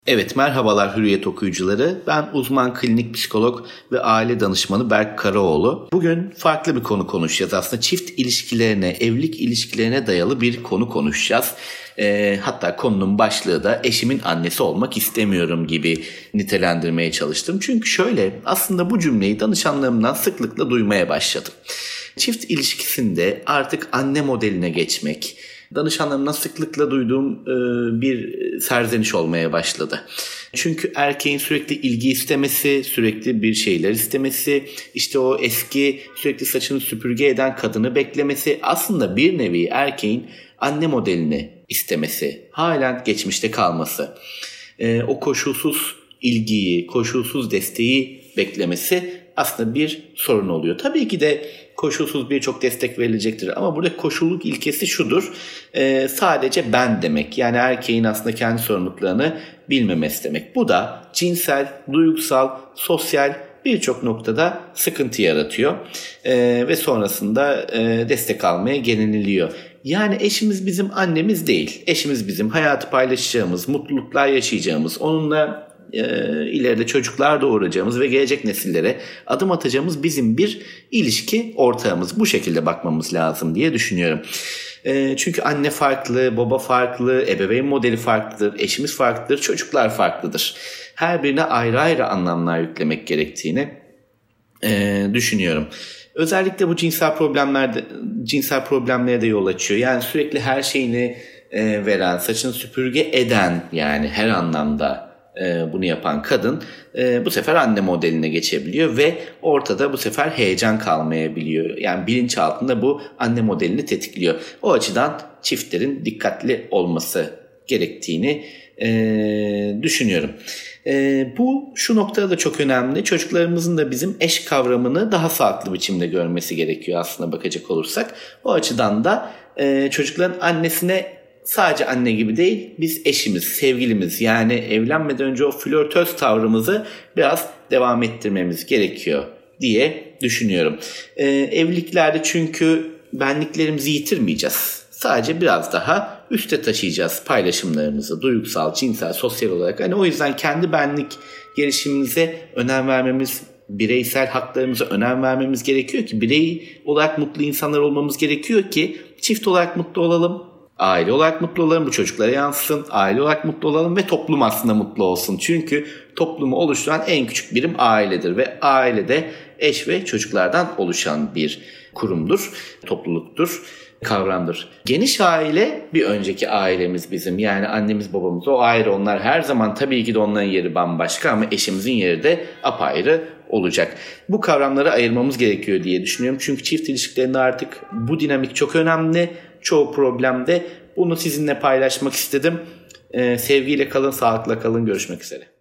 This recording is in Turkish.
Evet, merhabalar Hürriyet okuyucuları. Ben uzman klinik psikolog ve aile danışmanı Berk Karaoğlu. Bugün farklı bir konu konuşacağız. Aslında çift ilişkilerine, evlilik ilişkilerine dayalı bir konu konuşacağız. Hatta konunun başlığı da eşimin annesi olmak istemiyorum gibi nitelendirmeye çalıştım. Çünkü şöyle, aslında bu cümleyi danışanlarımdan sıklıkla duymaya başladım. Çift ilişkisinde artık anne modeline geçmek, danışanlarımdan sıklıkla duyduğum bir serzeniş olmaya başladı. Çünkü erkeğin sürekli ilgi istemesi, sürekli bir şeyler istemesi, işte o eski sürekli saçını süpürge eden kadını beklemesi, aslında bir nevi erkeğin anne modelini istemesi, halen geçmişte kalması, o koşulsuz ilgiyi, koşulsuz desteği beklemesi aslında bir sorun oluyor. Tabii ki de koşulsuz birçok destek verilecektir. Ama burada koşulluk ilkesi şudur. Sadece ben demek. Yani erkeğin aslında kendi sorumluluklarını bilmemesi demek. Bu da cinsel, duygusal, sosyal birçok noktada sıkıntı yaratıyor. Ve sonrasında destek almaya geliniliyor. Yani eşimiz bizim annemiz değil. Eşimiz bizim hayatı paylaşacağımız, mutluluklar yaşayacağımız, onunla ileride çocuklar doğuracağımız ve gelecek nesillere adım atacağımız bizim bir ilişki ortağımız. Bu şekilde bakmamız lazım diye düşünüyorum. Çünkü anne farklı, baba farklı, ebeveyn modeli farklıdır, eşimiz farklıdır, çocuklar farklıdır. Her birine ayrı ayrı anlamlar yüklemek gerektiğini düşünüyorum. Özellikle bu cinsel problemlere de yol açıyor. Yani sürekli her şeyini veren, saçını süpürge eden, yani her anlamda bunu yapan kadın bu sefer anne modeline geçebiliyor ve ortada bu sefer heyecan kalmayabiliyor. Yani bilinçaltında bu anne modelini tetikliyor. O açıdan çiftlerin dikkatli olması gerektiğini düşünüyorum. Bu şu noktada da çok önemli. Çocuklarımızın da bizim eş kavramını daha farklı biçimde görmesi gerekiyor aslında bakacak olursak. O açıdan da çocukların annesine sadece anne gibi değil, biz eşimiz, sevgilimiz, yani evlenmeden önce o flörtöz tavrımızı biraz devam ettirmemiz gerekiyor diye düşünüyorum. Evliliklerde çünkü benliklerimizi yitirmeyeceğiz. Sadece biraz daha üste taşıyacağız paylaşımlarımızı, duygusal, cinsel, sosyal olarak. Hani o yüzden kendi benlik gelişimimize önem vermemiz, bireysel haklarımıza önem vermemiz gerekiyor ki birey olarak mutlu insanlar olmamız gerekiyor ki çift olarak mutlu olalım. Aile olarak mutlu olalım, bu çocuklara yansısın. Aile olarak mutlu olalım ve toplum aslında mutlu olsun. Çünkü toplumu oluşturan en küçük birim ailedir ve ailede eş ve çocuklardan oluşan bir kurumdur, topluluktur, kavramdır. Geniş aile bir önceki ailemiz bizim, yani annemiz babamız, o ayrı, onlar her zaman tabii ki de onların yeri bambaşka ama eşimizin yeri de apayrı olacak. Bu kavramları ayırmamız gerekiyor diye düşünüyorum. Çünkü çift ilişkilerinde artık bu dinamik çok önemli. Çoğu problemde bunu sizinle paylaşmak istedim. Sevgiyle kalın, sağlıkla kalın. Görüşmek üzere.